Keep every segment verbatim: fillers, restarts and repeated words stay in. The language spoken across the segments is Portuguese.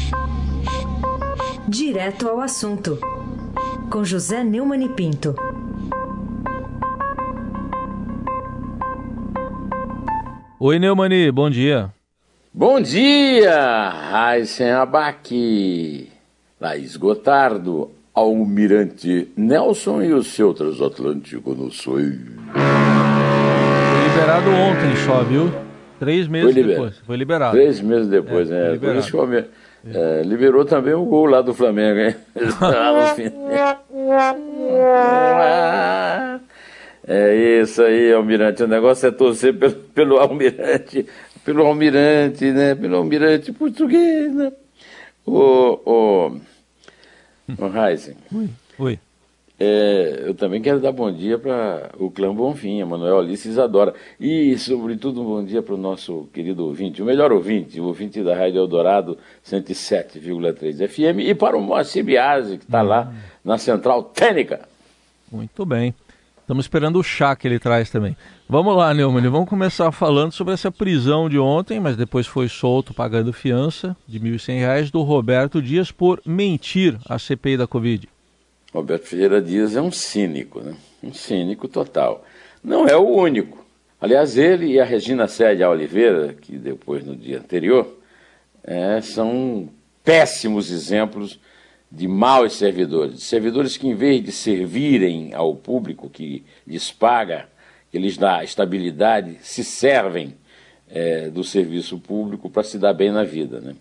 Direto ao assunto, com José Neumann e Pinto. Oi, Neumani, bom dia. Bom dia, Raíssen Abac, Laís Gotardo, Almirante Nelson e o seu transatlântico no sonho. Foi liberado ontem só, viu? Três meses Foi depois. Foi liberado. Três meses depois, é. é. Por isso que o Almirante, é, liberou também o gol lá do Flamengo, hein? É isso aí, Almirante. O negócio é torcer pelo, pelo Almirante, pelo Almirante, né? Pelo Almirante português, né? O, o, o Raíssen. Oi. Oi. É, eu também quero dar bom dia para o clã Bonfim, Manuel Alice Isadora. E, sobretudo, um bom dia para o nosso querido ouvinte, o melhor ouvinte, o ouvinte da Rádio Eldorado cento e sete vírgula três F M, e para o Moacir Biasi, que está hum. lá na Central Técnica. Muito bem. Estamos esperando o chá que ele traz também. Vamos lá, Neumann, vamos começar falando sobre essa prisão de ontem, mas depois foi solto pagando fiança de mil e cem reais do Roberto Dias por mentir à C P I da Covid. Roberto Ferreira Dias é um cínico, né? Um cínico total. Não é o único. Aliás, ele e a Regina Célia Oliveira, que depois no dia anterior, é, são péssimos exemplos de maus servidores, servidores que, em vez de servirem ao público que lhes paga, que lhes dá estabilidade, se servem é, do serviço público para se dar bem na vida, né?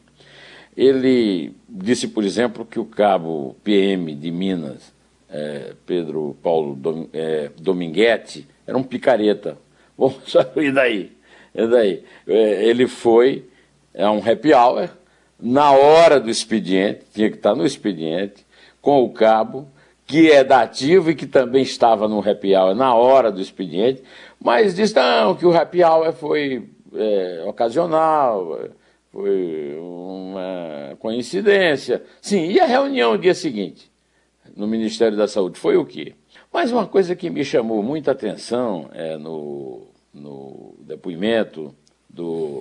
Ele disse, por exemplo, que o cabo P M de Minas, é, Pedro Paulo Dom, é, Dominguete, era um picareta. Bom, e daí? E daí? É, ele foi a um happy hour, na hora do expediente, tinha que estar no expediente, com o cabo, que é da ativa e que também estava no happy hour na hora do expediente, mas diz não, que o happy hour foi é, ocasional, foi uma coincidência. Sim, e a reunião no dia seguinte, no Ministério da Saúde, foi o quê? Mas uma coisa que me chamou muita atenção é, no, no depoimento do...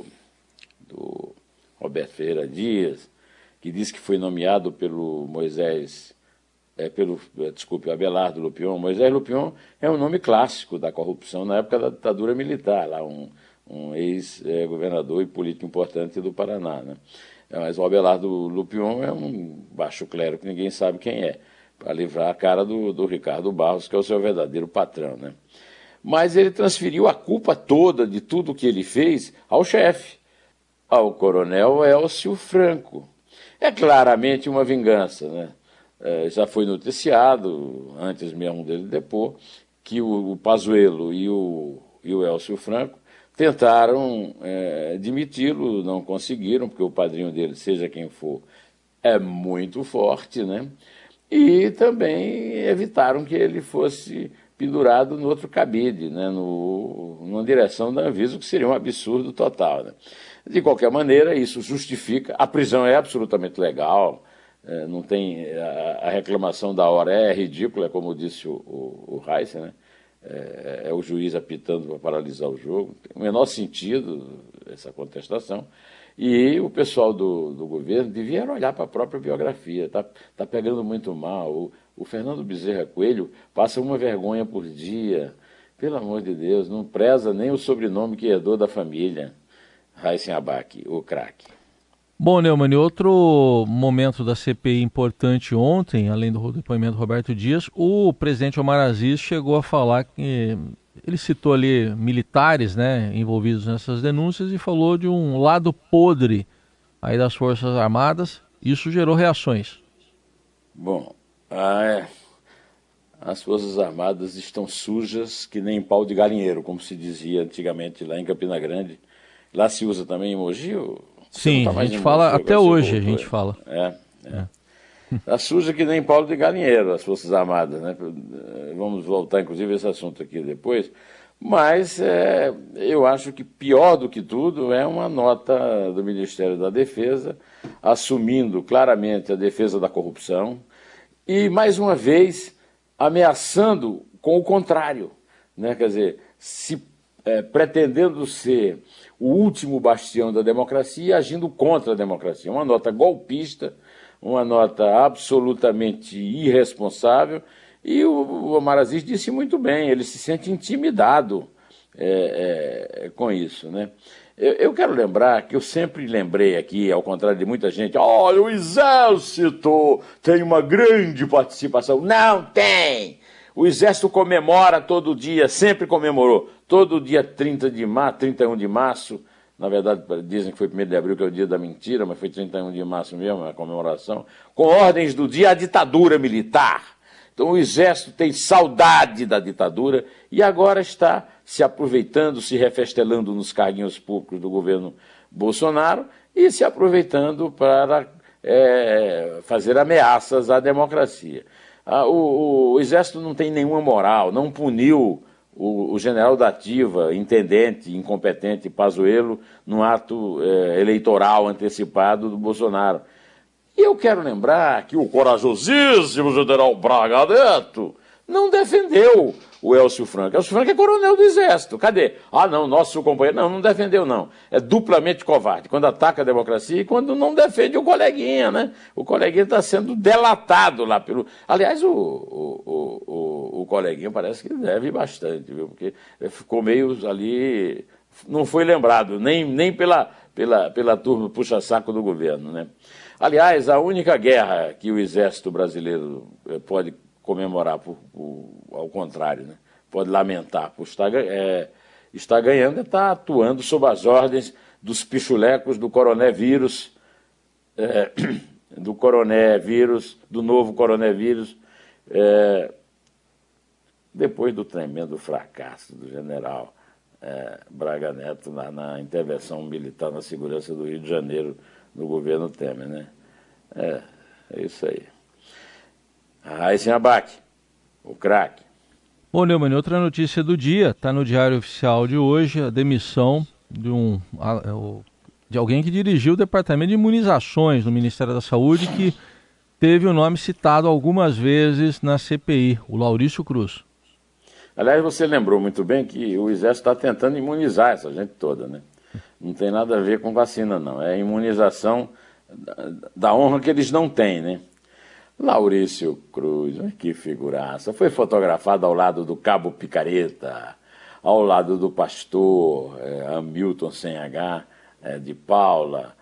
do Roberto Ferreira Dias, que disse que foi nomeado pelo Moisés, é, pelo, desculpe, Abelardo Lupion. Moisés Lupion é um nome clássico da corrupção na época da ditadura militar, lá um, um ex-governador e político importante do Paraná, né? Mas o Abelardo Lupion é um baixo clero que ninguém sabe quem é, para livrar a cara do, do Ricardo Barros, que é o seu verdadeiro patrão, né? Mas ele transferiu a culpa toda de tudo que ele fez ao chefe, ao coronel Elcio Franco. É claramente uma vingança, né? É, já foi noticiado, antes mesmo dele depor, que o, o Pazuello e o, e o Elcio Franco tentaram é, demiti-lo, não conseguiram, porque o padrinho dele, seja quem for, é muito forte, né? E também evitaram que ele fosse pendurado no outro cabide, né? No, numa direção da Anvisa, que seria um absurdo total, né? De qualquer maneira, isso justifica. A prisão é absolutamente legal, é, não tem, a, a reclamação da hora é ridícula, como disse o, o, o Raíssen, né? É, é o juiz apitando para paralisar o jogo. Tem o menor sentido essa contestação. E o pessoal do, do governo devia olhar para a própria biografia. Está tá pegando muito mal. O, o Fernando Bezerra Coelho passa uma vergonha por dia. Pelo amor de Deus, não preza nem o sobrenome que herdou da família. Raíssen Abac, o craque. Bom, Neumann, outro momento da C P I importante ontem, além do depoimento do Roberto Dias, o presidente Omar Aziz chegou a falar que ele citou ali militares, né, envolvidos nessas denúncias e falou de um lado podre aí das Forças Armadas. Isso gerou reações. Bom, ah, é. As Forças Armadas estão sujas que nem pau de galinheiro, como se dizia antigamente lá em Campina Grande. Lá se usa também emoji? Ou... Sim, tá a gente fala, Mogi, até hoje voltou, a gente é. fala. É, é. Tá suja que nem pau de galinheiro, as Forças Armadas, né? Vamos voltar, inclusive, a esse assunto aqui depois. Mas é, eu acho que pior do que tudo é uma nota do Ministério da Defesa assumindo claramente a defesa da corrupção e, mais uma vez, ameaçando com o contrário, né? Quer dizer, se é, pretendendo ser o último bastião da democracia e agindo contra a democracia. Uma nota golpista, uma nota absolutamente irresponsável, e o Omar Aziz disse muito bem, ele se sente intimidado é, é, com isso, né? Eu, eu quero lembrar que eu sempre lembrei aqui, ao contrário de muita gente, olha, o Exército tem uma grande participação. Não tem! O Exército comemora todo dia, sempre comemorou, todo dia trinta de março, trinta e um de março, na verdade dizem que foi primeiro de abril, que é o dia da mentira, mas foi trinta e um de março mesmo, a comemoração, com ordens do dia à ditadura militar. Então o Exército tem saudade da ditadura e agora está se aproveitando, se refestelando nos carguinhos públicos do governo Bolsonaro e se aproveitando para é, fazer ameaças à democracia. Ah, o, o Exército não tem nenhuma moral, não puniu o, o general da ativa, intendente, incompetente, Pazuello, num ato é, eleitoral antecipado do Bolsonaro. E eu quero lembrar que o corajosíssimo general Braga Neto não defendeu o Elcio Franco. Elcio Franco é coronel do Exército. Cadê? Ah, não, nosso companheiro. Não, não defendeu, não. É duplamente covarde. Quando ataca a democracia e quando não defende o coleguinha, né? O coleguinha está sendo delatado lá pelo... Aliás, o, o, o, o, o coleguinha parece que deve bastante, viu? Porque ficou meio ali... Não foi lembrado, nem, nem pela, pela, pela turma puxa-saco do governo, né? Aliás, a única guerra que o Exército brasileiro pode comemorar, por, por, ao contrário, né? Pode lamentar por estar, é, estar ganhando, é estar atuando sob as ordens dos pichulecos do coronavírus, é, do coronavírus, do novo coronavírus, é, depois do tremendo fracasso do general é, Braga Neto na, na intervenção militar na segurança do Rio de Janeiro no governo Temer, né? É, é isso aí. Raíssen Abac, o craque. Bom, Neumann, outra notícia do dia, está no Diário Oficial de hoje, a demissão de, um, de alguém que dirigiu o Departamento de Imunizações no Ministério da Saúde, que teve o nome citado algumas vezes na C P I, o Laurício Cruz. Aliás, você lembrou muito bem que o Exército está tentando imunizar essa gente toda, né? Não tem nada a ver com vacina, não. É a imunização da, da honra que eles não têm, né? Laurício Cruz, que figuraça. Foi fotografado ao lado do Cabo Picareta, ao lado do pastor é, Hamilton sem H, é, de Paula,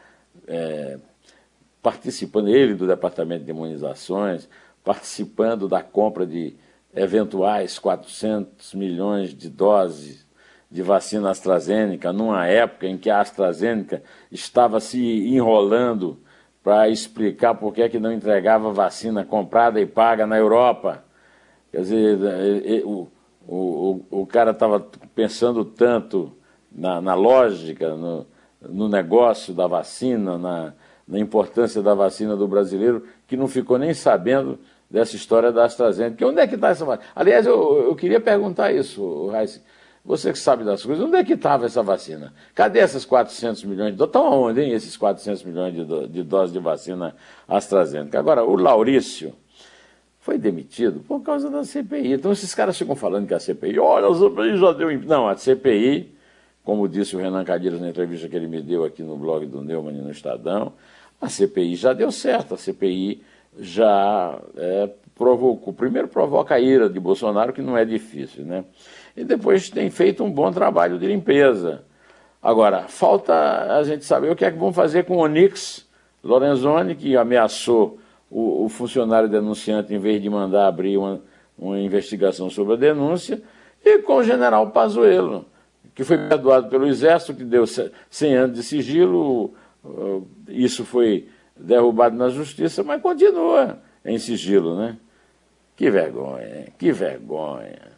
é, participando, ele do Departamento de Imunizações, participando da compra de eventuais quatrocentos milhões de doses de vacina AstraZeneca, numa época em que a AstraZeneca estava se enrolando para explicar por que é que não entregava vacina comprada e paga na Europa. Quer dizer, o, o, o cara estava pensando tanto na, na lógica, no, no negócio da vacina, na, na importância da vacina do brasileiro, que não ficou nem sabendo dessa história da AstraZeneca. Que onde é que está essa vacina? Aliás, eu, eu queria perguntar isso, Raíssen. Você que sabe das coisas, onde é que estava essa vacina? Cadê esses quatrocentos milhões de doses? Estão aonde, hein, esses quatrocentos milhões de, do, de doses de vacina AstraZeneca? Agora, o Laurício foi demitido por causa da C P I. Então, esses caras ficam falando que a C P I, olha, a C P I já deu... Não, a C P I, como disse o Renan Calheiros na entrevista que ele me deu aqui no blog do Neumann e no Estadão, a C P I já deu certo, a C P I já é, provocou... Primeiro provoca a ira de Bolsonaro, que não é difícil, né? E depois tem feito um bom trabalho de limpeza. Agora, falta a gente saber o que é que vão fazer com o Onyx Lorenzoni, que ameaçou o, o funcionário denunciante em vez de mandar abrir uma, uma investigação sobre a denúncia, e com o general Pazuello, que foi perdoado pelo Exército, que deu cem anos de sigilo, isso foi derrubado na Justiça, mas continua em sigilo, né? Que vergonha, que vergonha.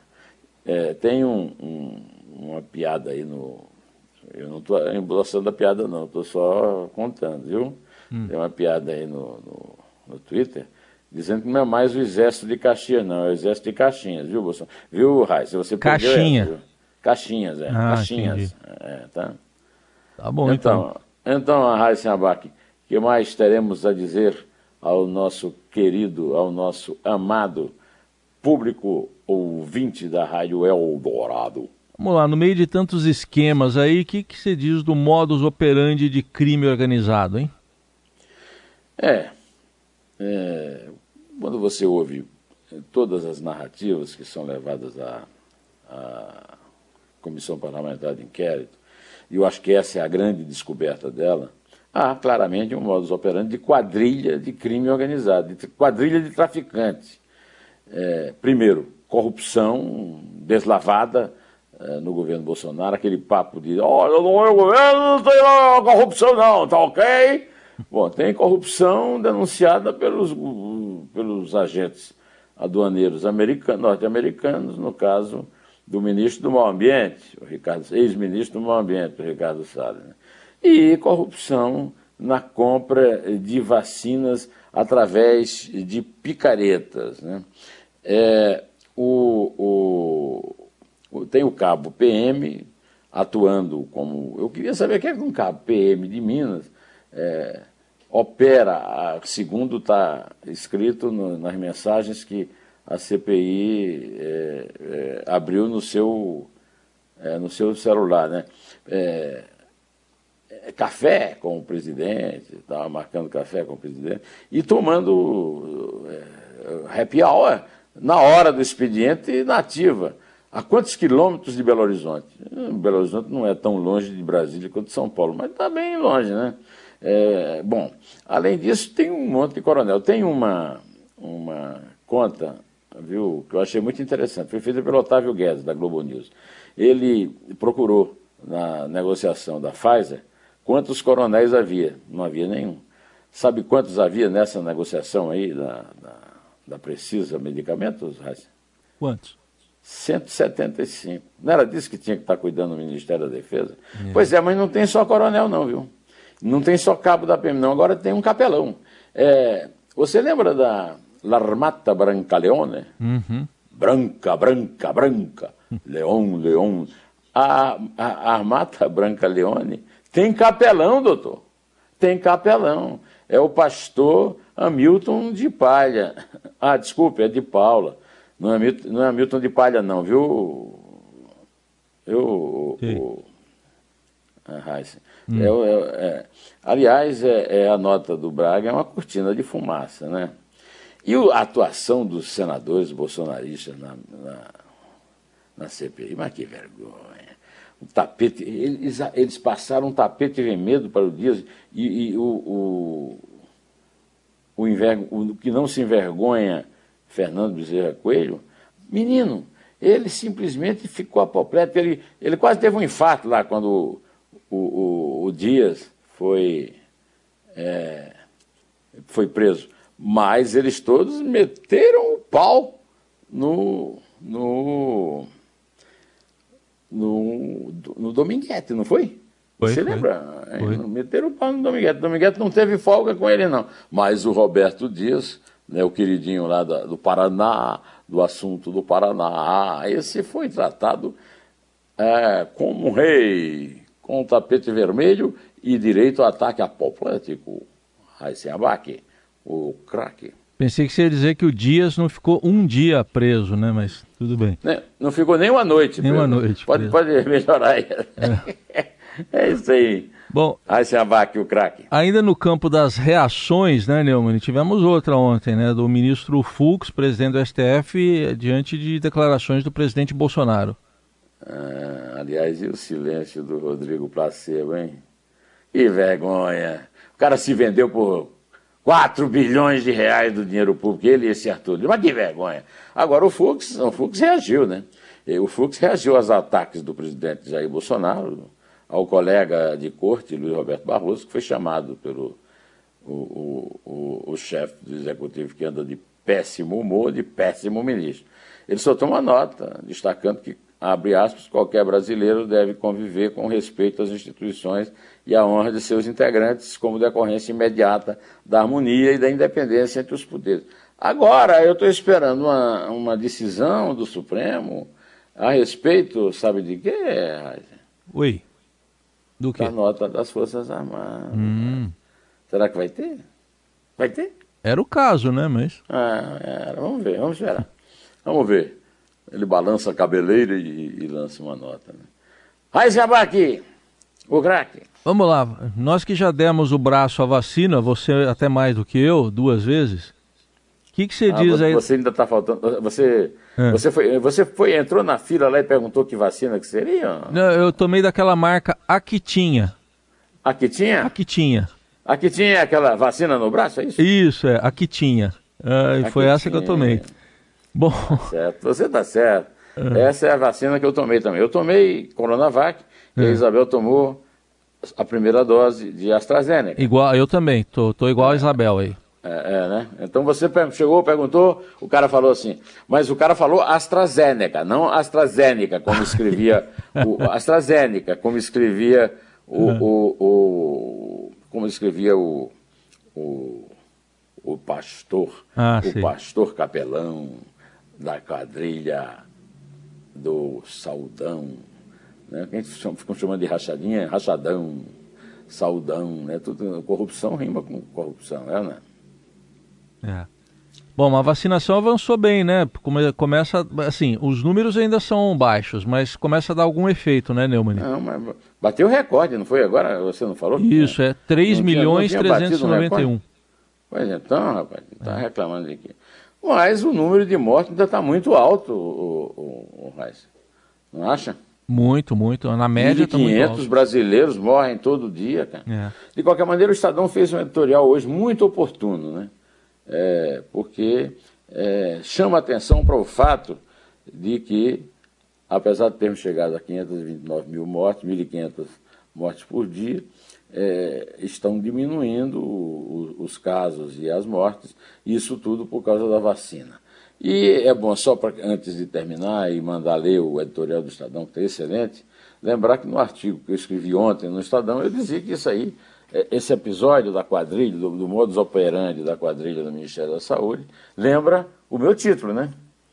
É, tem um, um, uma piada aí no... Eu não estou embolsando a piada, não, estou só contando, viu? Hum. Tem uma piada aí no, no, no Twitter dizendo que não é mais o Exército de Caxias, não, é o Exército de Caixinhas, viu, Bolsonaro? Viu, Raíssen? Você Caixinha. Perdeu, Caixinhas, é. Ah, Caixinhas. É, tá? Tá bom, então. Então, então a Raíssen Abac, o que mais teremos a dizer ao nosso querido, ao nosso amado público ouvinte da Rádio Eldorado? Vamos lá, no meio de tantos esquemas aí, o que, que você diz do modus operandi de crime organizado, hein? É, é, quando você ouve todas as narrativas que são levadas à, à Comissão Parlamentar de Inquérito, e eu acho que essa é a grande descoberta dela, há claramente um modus operandi de quadrilha de crime organizado, de quadrilha de traficantes. É, primeiro, corrupção deslavada é, no governo Bolsonaro, aquele papo de olha, não é o governo, não tem corrupção não, tá ok? Bom, tem corrupção denunciada pelos, pelos agentes aduaneiros americanos, norte-americanos, no caso do ministro do Meio Ambiente, o Ricardo, ex-ministro do Meio Ambiente, o Ricardo Salles, né? E corrupção na compra de vacinas através de picaretas, né? É, o, o, tem o cabo P M atuando como... Eu queria saber quem é que um cabo P M de Minas é, opera, segundo está escrito no, nas mensagens que a C P I é, é, abriu no seu, é, no seu celular, né? É, é, café com o presidente, estava marcando café com o presidente, e tomando é, happy hour na hora do expediente nativa. A quantos quilômetros de Belo Horizonte? Belo Horizonte não é tão longe de Brasília quanto de São Paulo, mas está bem longe, né? É, bom, além disso, tem um monte de coronel. Tem uma, uma conta, viu, que eu achei muito interessante, foi feita pelo Otávio Guedes, da Globo News. Ele procurou, na negociação da Pfizer, quantos coronéis havia. Não havia nenhum. Sabe quantos havia nessa negociação aí da, da, da Precisa Medicamentos, Raíssa? Quantos? cento e setenta e cinco. Não era disso que tinha que estar cuidando do Ministério da Defesa? É. Pois é, mas não tem só coronel não, viu? Não tem só cabo da P M não, agora tem um capelão. É, você lembra da L'Armata Brancaleone? Uhum. Branca, branca, branca, leão, leão. A, a, a Armata Brancaleone tem capelão, doutor. Tem capelão. É o pastor Hamilton de Palha. Ah, desculpe, é de Paula. Não é, não é Hamilton de Palha, não, viu? Eu. O, a Raíssa. Hum. É, é, é, aliás, é, é a nota do Braga é uma cortina de fumaça, né? E o, a atuação dos senadores bolsonaristas na, na, na C P I, mas que vergonha. O tapete, eles, eles passaram um tapete vermelho para o Dias e, e o, o, o, enver, o que não se envergonha Fernando Bezerra Coelho, menino, ele simplesmente ficou apopleto, ele, ele quase teve um infarto lá quando o, o, o Dias foi, é, foi preso. Mas eles todos meteram o pau no, no, no, no Dominguete, não foi? Foi, Você foi. lembra? Foi. Meteram o pau no Dominguete. O Dominguete não teve folga com ele, não. Mas o Roberto Dias, né, o queridinho lá do, do Paraná, do assunto do Paraná, esse foi tratado é, como um rei, com o tapete vermelho e direito ao ataque apoplético. Raíssa Abac, o craque. Pensei que você ia dizer que o Dias não ficou um dia preso, né? Mas tudo bem. Né? Não ficou nem uma noite nem preso. uma noite Pode, pode melhorar aí. É. É isso aí. Bom, Raíssa Abac, o craque. Ainda no campo das reações, né, Neumann? Tivemos outra ontem, né? Do ministro Fux, presidente do S T F, diante de declarações do presidente Bolsonaro. Ah, aliás, e o silêncio do Rodrigo Placebo, hein? Que vergonha. O cara se vendeu por quatro bilhões de reais do dinheiro público, ele e esse Arthur. Mas que vergonha. Agora o Fux, o Fux reagiu, né? O Fux reagiu aos ataques do presidente Jair Bolsonaro, ao colega de corte, Luiz Roberto Barroso, que foi chamado pelo o, o, o, o chefe do executivo, que anda de péssimo humor, de péssimo ministro. Ele soltou uma nota destacando que, abre aspas, qualquer brasileiro deve conviver com respeito às instituições e à honra de seus integrantes, como decorrência imediata da harmonia e da independência entre os poderes. Agora, eu estou esperando uma, uma decisão do Supremo a respeito, sabe de quê, Raíssa? Oi. Do quê? Da nota das Forças Armadas. Hum. Será que vai ter? Vai ter? Era o caso, né? Mas... Ah, era. Vamos ver, vamos esperar. Vamos ver. Ele balança a cabeleira e, e lança uma nota. Né? Raíssa Abac, o craque. Vamos lá, nós que já demos o braço à vacina, você até mais do que eu, duas vezes, o que, que você ah, diz aí? Você ainda está faltando, você, é. você, foi, você foi, entrou na fila lá e perguntou que vacina que seria? Não, eu tomei daquela marca Actinha. Actinha? Actinha. Actinha é aquela vacina no braço, é isso? Isso, é, Actinha. Ah, foi essa que eu tomei. Bom. Certo, você está certo. É. Essa é a vacina que eu tomei também. Eu tomei Coronavac é. e a Isabel tomou a primeira dose de AstraZeneca. Igual, eu também, tô, tô igual é. a Isabel aí. É, é, né? Então você chegou, perguntou, o cara falou assim, mas o cara falou AstraZeneca, não AstraZeneca, como escrevia o AstraZeneca, como escrevia o, é. o, o como escrevia o, o, o pastor, ah, o sim. pastor capelão da quadrilha do Saudão, né? Que a gente chama, ficam chamando de rachadinha, rachadão, saudão, né? Tudo, corrupção rima com corrupção, é, né? É. Bom, a vacinação avançou bem, né? Come, começa, assim, os números ainda são baixos, mas começa a dar algum efeito, né, Neumann? Não, mas bateu o recorde, não foi agora? Você não falou? Isso, é três milhões trezentos e noventa e um. Pois então, rapaz, está é. reclamando de quê? Mas o número de mortes ainda está muito alto, o, o, o Raíssa. Não acha? Muito, muito. Na média está muito alto. quinhentos brasileiros morrem todo dia, cara. É. De qualquer maneira, o Estadão fez um editorial hoje muito oportuno, né? É, porque é, chama atenção para o fato de que, apesar de termos chegado a quinhentos e vinte e nove mil mortes, mil e quinhentas mortes por dia, é, estão diminuindo o, o, os casos e as mortes, isso tudo por causa da vacina. E é bom, só para antes de terminar e mandar ler o editorial do Estadão, que é excelente, lembrar que no artigo que eu escrevi ontem no Estadão, eu dizia que isso aí, esse episódio da quadrilha, do, do modus operandi da quadrilha do Ministério da Saúde, lembra o meu título, né?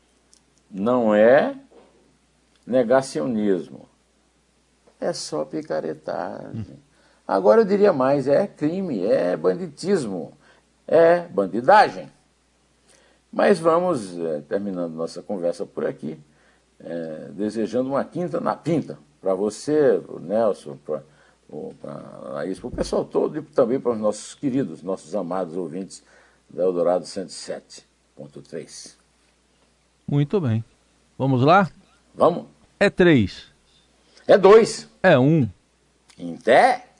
Não é negacionismo, é só picaretagem. Agora eu diria mais, é crime, é banditismo, é bandidagem. Mas vamos, é, terminando nossa conversa por aqui, é, desejando uma quinta na pinta para você, para o Nelson, para a Laís, para o pessoal todo e também para os nossos queridos, nossos amados ouvintes da Eldorado cento e sete ponto três. Muito bem. Vamos lá? Vamos. É três. É dois. É um. Em pé.